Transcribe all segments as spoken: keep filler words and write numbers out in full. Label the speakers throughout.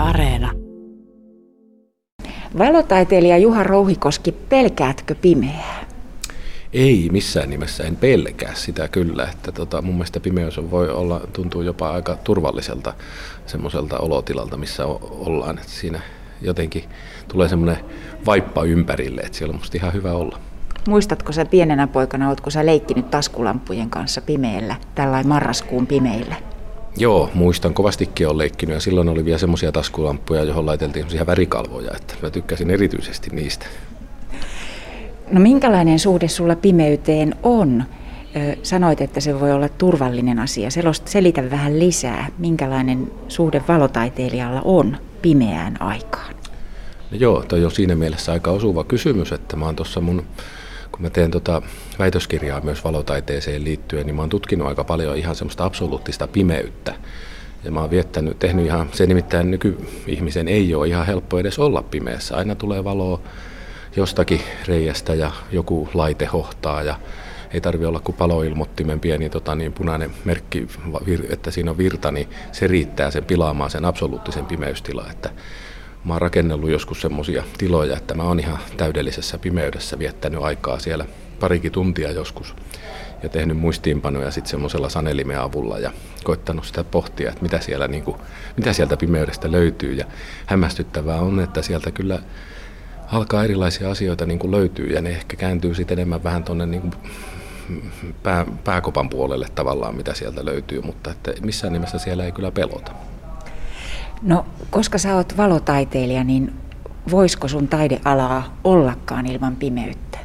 Speaker 1: Areena.
Speaker 2: Valotaiteilija Juha Rouhikoski, pelkäätkö pimeää?
Speaker 3: Ei missään nimessä, en pelkää sitä kyllä. Että tota, mun mielestä pimeys voi olla, tuntuu jopa aika turvalliselta semmoiselta olotilalta, missä ollaan. Että siinä jotenkin tulee semmoinen vaippa ympärille, että siellä on musta ihan hyvä olla.
Speaker 2: Muistatko sä pienenä poikana, ootko sä leikkinyt taskulampujen kanssa pimeällä, tällainen marraskuun pimeillä?
Speaker 3: Joo, muistan, kovastikin olen leikkinyt ja silloin oli vielä semmoisia taskulamppuja, johon laiteltiin semmoisia värikalvoja, että mä tykkäsin erityisesti niistä.
Speaker 2: No minkälainen suhde sulla pimeyteen on? Sanoit, että se voi olla turvallinen asia. Selitä vähän lisää, minkälainen suhde valotaiteilijalla on pimeään aikaan?
Speaker 3: No joo, toi on siinä mielessä aika osuva kysymys, että mä oon tuossa mun, kun mä teen tota väitöskirjaa myös valotaiteeseen liittyen, niin mä oon tutkinut aika paljon ihan semmoista absoluuttista pimeyttä. Ja mä oon viettänyt, tehnyt ihan, se nimittäin nykyihmisen ei ole ihan helppo edes olla pimeässä. Aina tulee valoa jostakin reiästä ja joku laite hohtaa ja ei tarvitse olla kuin paloilmoittimen pieni tota, niin punainen merkki, että siinä on virta, niin se riittää sen pilaamaan sen absoluuttisen pimeystilan. Että mä oon rakennellut joskus semmoisia tiloja, että mä oon ihan täydellisessä pimeydessä viettänyt aikaa siellä parikin tuntia joskus ja tehnyt muistiinpanoja sitten semmoisella sanelimen avulla ja koittanut sitä pohtia, että mitä, siellä, niin kuin, mitä sieltä pimeydestä löytyy. Ja hämmästyttävää on, että sieltä kyllä alkaa erilaisia asioita niin kuin löytyy ja ne ehkä kääntyy sitten enemmän vähän tuonne niin kuin pää, pääkopan puolelle tavallaan, mitä sieltä löytyy, mutta että missään nimessä siellä ei kyllä pelota.
Speaker 2: No, koska sä oot valotaiteilija, niin voisiko sun taidealaa ollakaan ilman pimeyttä?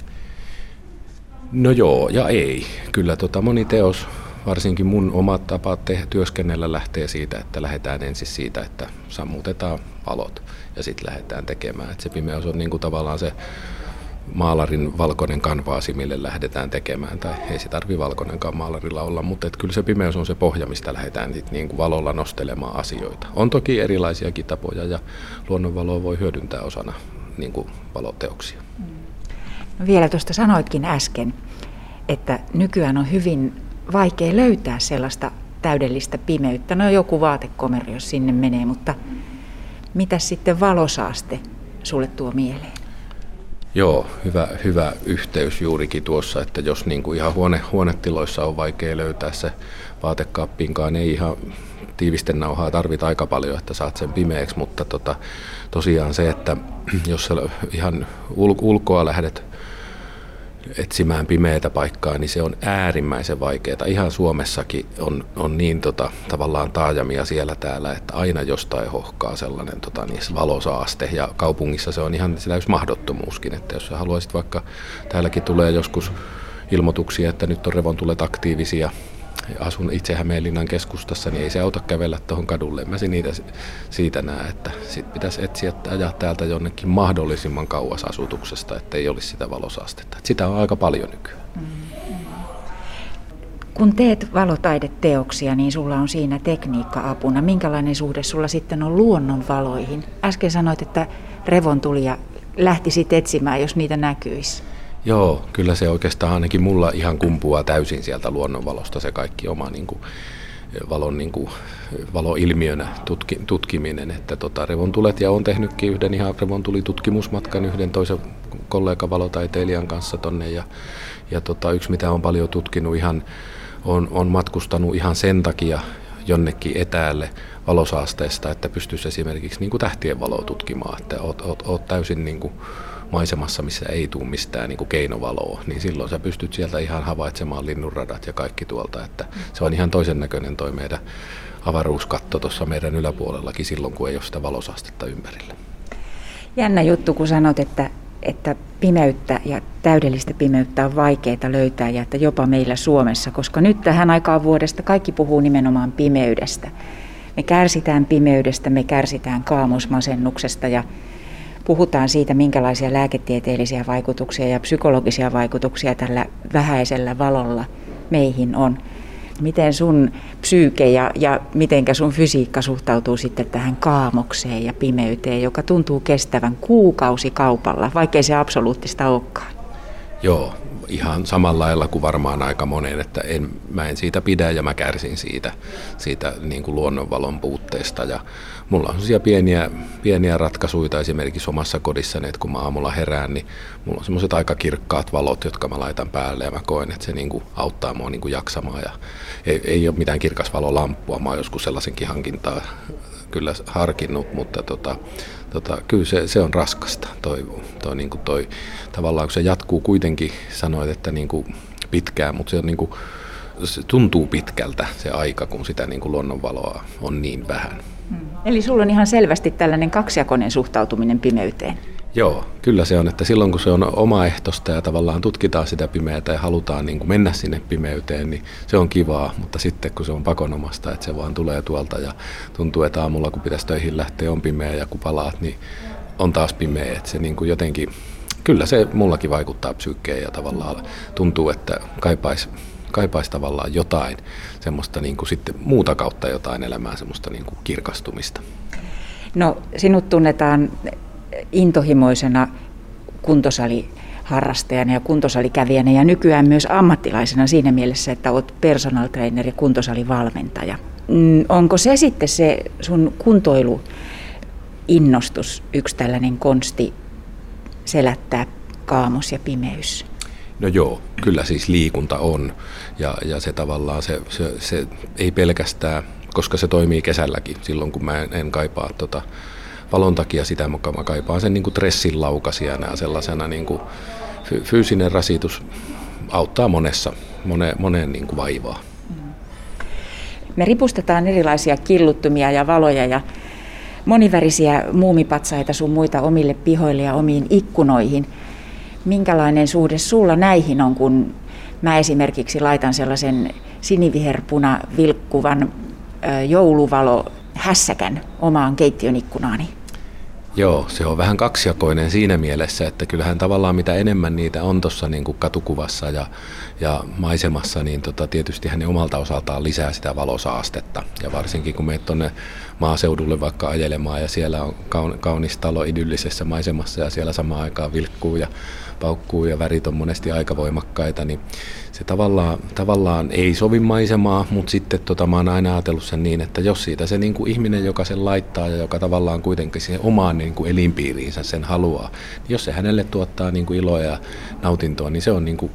Speaker 3: No joo ja ei. Kyllä tota moni teos, varsinkin mun omat tapat te- työskennellä lähtee siitä, että lähdetään ensin siitä, että sammutetaan valot ja sitten lähdetään tekemään. Et se pimeys on niinku tavallaan se maalarin valkoinen kanvaasi, mille lähdetään tekemään, tai ei se tarvitse valkoinenkaan maalarilla olla, mutta et kyllä se pimeys on se pohja, mistä lähdetään sit niinku valolla nostelemaan asioita. On toki erilaisiakin tapoja ja luonnonvaloa voi hyödyntää osana niinku valoteoksia.
Speaker 2: No vielä tuosta sanoitkin äsken, että nykyään on hyvin vaikea löytää sellaista täydellistä pimeyttä. No joku vaatekomero, jos sinne menee, mutta mitä sitten valosaaste sulle tuo mieleen?
Speaker 3: Joo, hyvä, hyvä yhteys juurikin tuossa, että jos niin kuin ihan huone, huonetiloissa on vaikea löytää se vaatekaappiinkaan, ei ihan tiivistennauhaa tarvita aika paljon, että saat sen pimeäksi, mutta tota, tosiaan se, että jos sä ihan ul- ulkoa lähdet etsimään pimeätä paikkaa, niin se on äärimmäisen vaikeaa. Ihan Suomessakin on, on niin tota, tavallaan taajamia siellä täällä, että aina jostain hohkaa sellainen tota, niin valosaaste. Ja kaupungissa se on ihan täysin mahdottomuuskin, että jos sä haluaisit vaikka, täälläkin tulee joskus ilmoituksia, että nyt on revontulet aktiivisia, asun itse Hämeenlinnan keskustassa, niin ei se auta kävellä tuohon kadulle. Mä niitä siitä näe, että sit pitäisi etsiä ajaa täältä jonnekin mahdollisimman kauas asutuksesta, että ei olisi sitä valosaastetta. Et sitä on aika paljon nykyään.
Speaker 2: Kun teet valotaideteoksia, niin sulla on siinä tekniikka-apuna. Minkälainen suhde sulla sitten on luonnonvaloihin? Äsken sanoit, että revontulia lähtisit etsimään, jos niitä näkyisi.
Speaker 3: Joo, kyllä se oikeastaan ainakin mulla ihan kumpuaa täysin sieltä luonnonvalosta se kaikki oma niin kuin, valon, niin kuin, valoilmiönä tutki, tutkiminen. Että tota, revontulet, ja olen tehnytkin yhden ihan revontulitutkimusmatkan yhden toisen kollega valotaiteilijan kanssa tonne. Ja, ja tota, yksi mitä on paljon tutkinut, ihan, on, on matkustanut ihan sen takia jonnekin etäälle valosaasteesta, että pystyisi esimerkiksi niin kuin tähtien valoa tutkimaan, että oot, oot, oot täysin niin kuin maisemassa, missä ei tule mistään niin kuin keinovaloa, niin silloin sä pystyt sieltä ihan havaitsemaan linnunradat ja kaikki tuolta, että se on ihan toisen näköinen toi meidän avaruuskatto tuossa meidän yläpuolellakin silloin, kun ei ole sitä valosaastetta ympärillä.
Speaker 2: Jännä juttu, kun sanot, että, että pimeyttä ja täydellistä pimeyttä on vaikeaa löytää ja että jopa meillä Suomessa, koska nyt tähän aikaan vuodesta kaikki puhuu nimenomaan pimeydestä. Me kärsitään pimeydestä, me kärsitään kaamosmasennuksesta ja puhutaan siitä, minkälaisia lääketieteellisiä vaikutuksia ja psykologisia vaikutuksia tällä vähäisellä valolla meihin on. Miten sun psyyke ja, ja mitenkä sun fysiikka suhtautuu sitten tähän kaamokseen ja pimeyteen, joka tuntuu kestävän kuukausikaupalla, vaikkei se absoluuttista olekaan?
Speaker 3: Joo, ihan samalla lailla kuin varmaan aika monen, että en, mä en siitä pidä ja mä kärsin siitä, siitä niin kuin luonnonvalon puutteesta. Ja mulla on sellaisia pieniä, pieniä ratkaisuja esimerkiksi omassa kodissani, että kun mä aamulla herään, niin mulla on semmoiset aika kirkkaat valot, jotka mä laitan päälle ja mä koen, että se niin kuin auttaa mua niin kuin jaksamaan. Ja ei, ei ole mitään kirkasvalolamppua, mä oon joskus sellaisenkin hankintaa kyllä harkinnut, mutta tota, tota, kyllä se, se on raskasta. Toi, toi, niin kuin toi, tavallaan kun se jatkuu kuitenkin, sanoit, että niin kuin pitkään, mutta se, on niin kuin, se tuntuu pitkältä se aika, kun sitä niin kuin luonnonvaloa on niin vähän.
Speaker 2: Hmm. Eli sulla on ihan selvästi tällainen kaksijakoinen suhtautuminen pimeyteen.
Speaker 3: Joo, kyllä se on, että silloin kun se on omaehtoista ja tavallaan tutkitaan sitä pimeätä ja halutaan niin kuin mennä sinne pimeyteen, niin se on kivaa, mutta sitten kun se on pakonomasta, että se vaan tulee tuolta ja tuntuu, että aamulla kun pitäisi töihin lähteä on pimeä ja kun palaat, niin on taas pimeä, että se niin kuin jotenkin, kyllä se mullakin vaikuttaa psyykkeen ja tavallaan tuntuu, että kaipaisi kaipaisi tavallaan jotain semmoista niin kuin sitten muuta kautta jotain elämää, semmoista niin kuin kirkastumista.
Speaker 2: No sinut tunnetaan intohimoisena kuntosaliharrastajana ja kuntosalikävijänä ja nykyään myös ammattilaisena siinä mielessä, että olet personal trainer ja kuntosalivalmentaja. Onko se sitten se sun kuntoiluinnostus yksi tällainen konsti selättää kaamos ja pimeys?
Speaker 3: No joo, kyllä siis liikunta on ja, ja se tavallaan se, se, se ei pelkästään, koska se toimii kesälläkin silloin kun mä en, en kaipaa tota valon takia sitä mukaan, mä kaipaan sen niin kuin stressin laukaisijana ja sellaisena niin kuin fyysinen rasitus auttaa monessa, mone, moneen niin kuin vaivaa.
Speaker 2: Me ripustetaan erilaisia killuttumia ja valoja ja monivärisiä muumipatsaita sun muita omille pihoille ja omiin ikkunoihin. Minkälainen suhde sulla näihin on, kun mä esimerkiksi laitan sellaisen siniviherpuna vilkkuvan jouluvalo hässäkän omaan keittiön ikkunaani?
Speaker 3: Joo, se on vähän kaksijakoinen siinä mielessä, että kyllähän tavallaan mitä enemmän niitä on tuossa niin kuin katukuvassa ja, ja maisemassa, niin tota, tietysti hän omalta osaltaan lisää sitä valosaastetta. Ja varsinkin kun menet tuonne maaseudulle vaikka ajelemaan ja siellä on kaunis talo idyllisessä maisemassa ja siellä samaan aikaan vilkkuu ja paukkuu ja värit on monesti aika voimakkaita, niin se tavallaan, tavallaan ei sovi maisemaa, mutta sitten tota, mä oon aina ajatellut sen niin, että jos siitä se niin kuin ihminen, joka sen laittaa ja joka tavallaan kuitenkin siihen omaan niin kuin elinpiiriinsä sen haluaa, niin jos se hänelle tuottaa niin kuin iloa ja nautintoa, niin se on, niin kuin,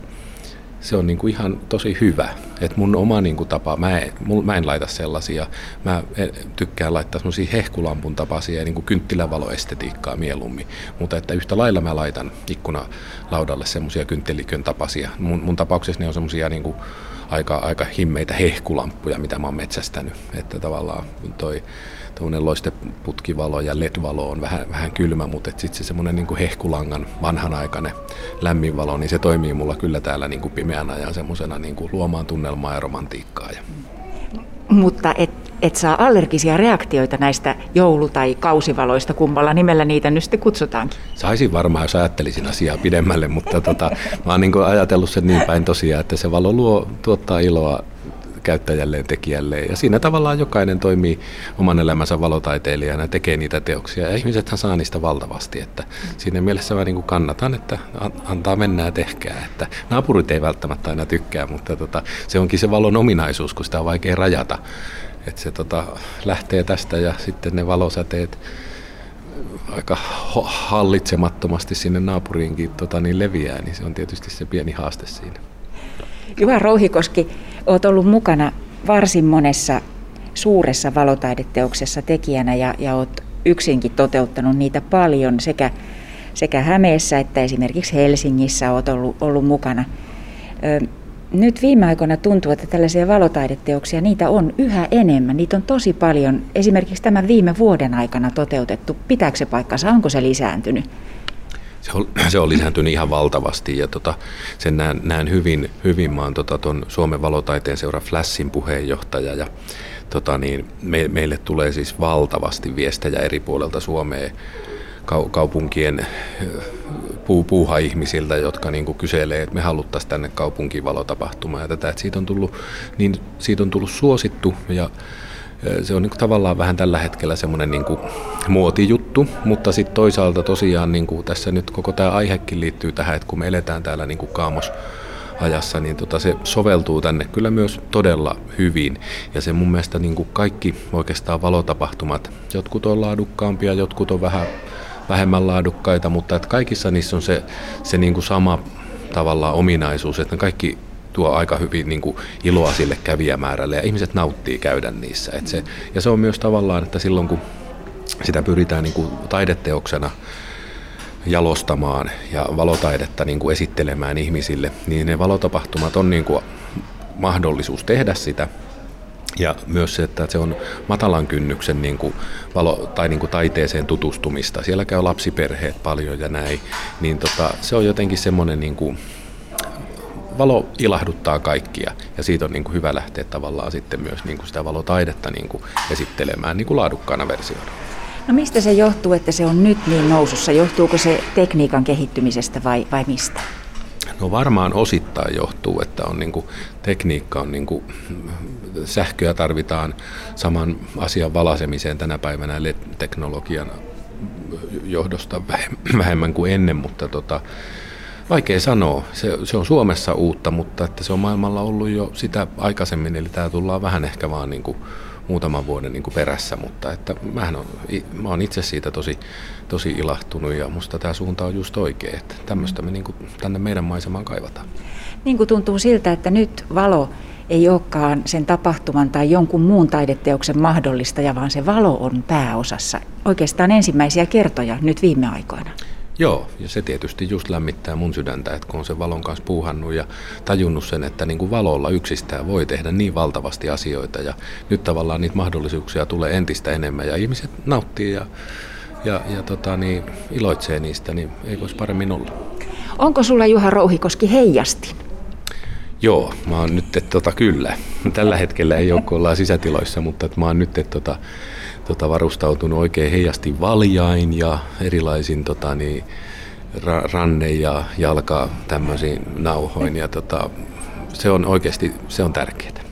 Speaker 3: se on niin kuin ihan tosi hyvä. Et mun oma niin kuin tapa, mä en, mä en laita sellaisia, mä tykkään laittaa semmoisia hehkulampun tapaisia niin kuin kynttilävaloestetiikkaa mieluummin, mutta että yhtä lailla mä laitan ikkunalaudalle semmoisia kynttilikön tapaisia. Mun, mun tapauksessa ne on semmoisia niin kuin aika, aika himmeitä hehkulamppuja, mitä mä oon metsästänyt, että tavallaan toi tuollainen loisteputkivalo ja L E D-valo on vähän, vähän kylmä, mutta sitten se semmoinen niin kuin hehkulangan vanhanaikainen lämmin valo, niin se toimii mulla kyllä täällä niin kuin pimeänä ja semmoisena niin kuin luomaan tunnelmaa ja romantiikkaa. Ja.
Speaker 2: Mutta et, et saa allergisia reaktioita näistä joulu- tai kausivaloista, kummalla nimellä niitä nyt sitten kutsutaankin?
Speaker 3: Saisin varmaan, jos ajattelisin asiaa pidemmälle, mutta tota, mä oon niin kuin ajatellut sen niin päin tosiaan, että se valo luo, tuottaa iloa käyttäjälleen, tekijälleen. Ja siinä tavallaan jokainen toimii oman elämänsä valotaiteilijana ja tekee niitä teoksia. Ja ihmisethän saa niistä valtavasti. Että siinä mielessä mä niin kuin kannatan, että antaa mennä ja tehkää. Että naapurit ei välttämättä aina tykkää, mutta tota, se onkin se valon ominaisuus, kun sitä on vaikea rajata. Että se tota, lähtee tästä ja sitten ne valosäteet aika hallitsemattomasti sinne naapuriinkin tota, niin leviää, niin se on tietysti se pieni haaste siinä.
Speaker 2: Juha Rouhikoski, olet ollut mukana varsin monessa suuressa valotaideteoksessa tekijänä ja, ja olet yksinkin toteuttanut niitä paljon sekä, sekä Hämeessä että esimerkiksi Helsingissä olet ollut, ollut mukana. Ö, nyt viime aikoina tuntuu, että tällaisia valotaideteoksia, niitä on yhä enemmän. Niitä on tosi paljon. Esimerkiksi tämän viime vuoden aikana toteutettu. Pitääkö se paikkansa? Onko se lisääntynyt?
Speaker 3: Se on, se on lisääntynyt ihan valtavasti ja tota, sen näen, näen hyvin, hyvin. Mä oon tota, ton Suomen valotaiteen seura Flashin puheenjohtaja ja tota, niin, me, meille tulee siis valtavasti viestejä eri puolelta Suomea kau, kaupunkien puu, puuha-ihmisiltä, jotka niin kuin kyselee, että me haluttaisiin tänne kaupunkiin valotapahtumaan ja tätä, että siitä on tullut, niin, siitä on tullut suosittu ja se on niin kuin tavallaan vähän tällä hetkellä semmoinen niin kuin muotijuttu, mutta sitten toisaalta tosiaan niin kuin tässä nyt koko tämä aihekin liittyy tähän, että kun me eletään täällä niin kuin kaamos, ajassa, niin tota se soveltuu tänne kyllä myös todella hyvin. Ja se mun mielestä niin kuin kaikki oikeastaan valotapahtumat, jotkut on laadukkaampia, jotkut on vähän vähemmän laadukkaita, mutta että kaikissa niissä on se, se niin kuin sama tavallaan ominaisuus, että ne kaikki tuo aika hyvin niin kuin iloa sille kävijämäärälle ja ihmiset nauttii käydä niissä. Et se, ja se on myös tavallaan, että silloin kun sitä pyritään niin kuin taideteoksena jalostamaan ja valotaidetta niin kuin esittelemään ihmisille, niin ne valotapahtumat on niin kuin mahdollisuus tehdä sitä. Ja myös se, että se on matalan kynnyksen niin kuin valo, tai niin kuin taiteeseen tutustumista. Siellä käy lapsiperheet paljon ja näin. Niin tota, se on jotenkin semmoinen, niin kuin, valo ilahduttaa kaikkia. Ja siitä on niin kuin hyvä lähteä tavallaan sitten myös niin kuin sitä valotaidetta niin kuin esittelemään niin kuin laadukkaana versiona.
Speaker 2: No mistä se johtuu, että se on nyt niin nousussa? Johtuuko se tekniikan kehittymisestä vai, vai mistä?
Speaker 3: No varmaan osittain johtuu, että on niin kuin, tekniikka on niin kuin, sähköä tarvitaan saman asian valaisemiseen tänä päivänä L E D-teknologian johdosta vähemmän kuin ennen, mutta tota, vaikea sanoa. Se, se on Suomessa uutta, mutta että se on maailmalla ollut jo sitä aikaisemmin, eli tämä tullaan vähän ehkä vaan niin kuin muutaman vuoden niin kuin perässä, mutta että mähän on, mä oon itse siitä tosi, tosi ilahtunut ja musta tämä suunta on just oikein, että tämmöistä me niin kuin tänne meidän maisemaan kaivataan.
Speaker 2: Niin kuin tuntuu siltä, että nyt valo ei olekaan sen tapahtuman tai jonkun muun taideteoksen mahdollistaja, vaan se valo on pääosassa oikeastaan ensimmäisiä kertoja nyt viime aikoina.
Speaker 3: Joo, ja se tietysti just lämmittää mun sydäntä, että kun on sen valon kanssa puuhannut ja tajunnut sen, että niin kuin valolla yksistään voi tehdä niin valtavasti asioita ja nyt tavallaan niitä mahdollisuuksia tulee entistä enemmän ja ihmiset nauttii ja, ja, ja tota, niin, iloitsee niistä, niin ei voisi paremmin olla.
Speaker 2: Onko sulla, Juha Rouhikoski, heijastin?
Speaker 3: Joo, mä oon nyt, että tota, kyllä. Tällä hetkellä ei ole, kun ollaan sisätiloissa, mutta että mä oon nyt, että tota, tota, varustautunut oikein heijasti valjain ja erilaisin tota, niin, ra- ranne- ja jalka tämmöisiin nauhoin. Ja, tota, se on oikeasti se on tärkeää.